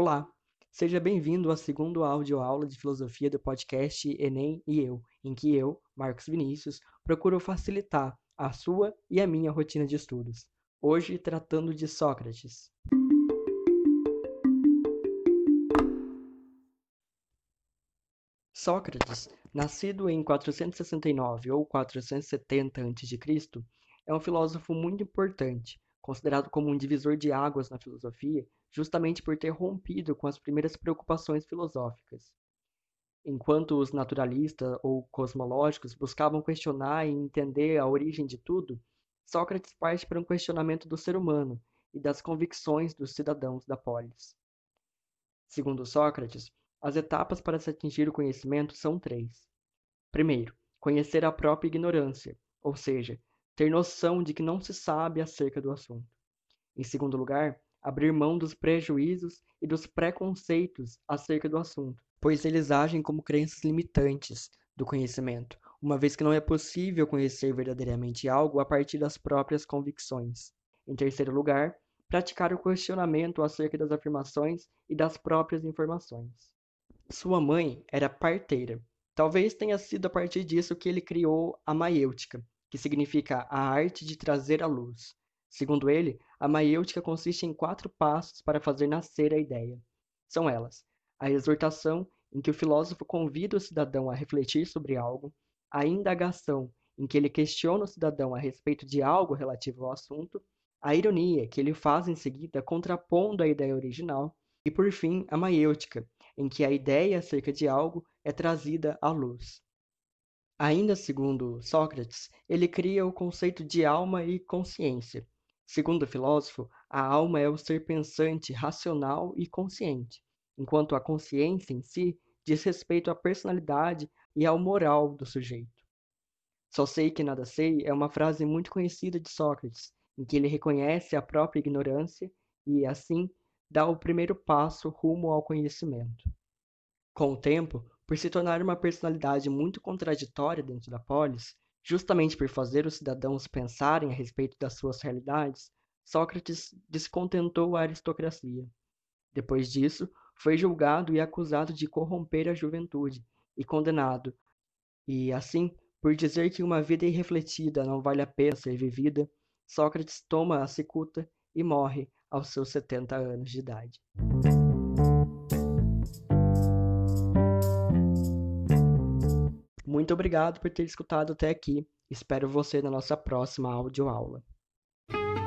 Olá, seja bem-vindo à segunda audioaula de filosofia do podcast Enem e Eu, em que eu, Marcos Vinícius, procuro facilitar a sua e a minha rotina de estudos. Hoje, tratando de Sócrates. Sócrates, nascido em 469 ou 470 a.C., é um filósofo muito importante, considerado como um divisor de águas na filosofia, justamente por ter rompido com as primeiras preocupações filosóficas. Enquanto os naturalistas ou cosmológicos buscavam questionar e entender a origem de tudo, Sócrates parte para um questionamento do ser humano e das convicções dos cidadãos da polis. Segundo Sócrates, as etapas para se atingir o conhecimento são três. Primeiro, conhecer a própria ignorância, ou seja, ter noção de que não se sabe acerca do assunto. Em segundo lugar, abrir mão dos prejuízos e dos preconceitos acerca do assunto, pois eles agem como crenças limitantes do conhecimento, uma vez que não é possível conhecer verdadeiramente algo a partir das próprias convicções. Em terceiro lugar, praticar o questionamento acerca das afirmações e das próprias informações. Sua mãe era parteira. Talvez tenha sido a partir disso que ele criou a maiêutica, que significa a arte de trazer à luz. Segundo ele, a maiêutica consiste em 4 passos para fazer nascer a ideia. São elas: a exortação, em que o filósofo convida o cidadão a refletir sobre algo; a indagação, em que ele questiona o cidadão a respeito de algo relativo ao assunto; a ironia, que ele faz em seguida contrapondo a ideia original; e, por fim, a maiêutica, em que a ideia acerca de algo é trazida à luz. Ainda segundo Sócrates, ele cria o conceito de alma e consciência. Segundo o filósofo, a alma é o ser pensante, racional e consciente, enquanto a consciência em si diz respeito à personalidade e ao moral do sujeito. Só sei que nada sei é uma frase muito conhecida de Sócrates, em que ele reconhece a própria ignorância e, assim, dá o primeiro passo rumo ao conhecimento. Com o tempo, por se tornar uma personalidade muito contraditória dentro da polis, justamente por fazer os cidadãos pensarem a respeito das suas realidades, Sócrates descontentou a aristocracia. Depois disso, foi julgado e acusado de corromper a juventude, e condenado. E, assim, por dizer que uma vida irrefletida não vale a pena ser vivida, Sócrates toma a cicuta e morre aos seus 70 anos de idade. Muito obrigado por ter escutado até aqui. Espero você na nossa próxima audioaula.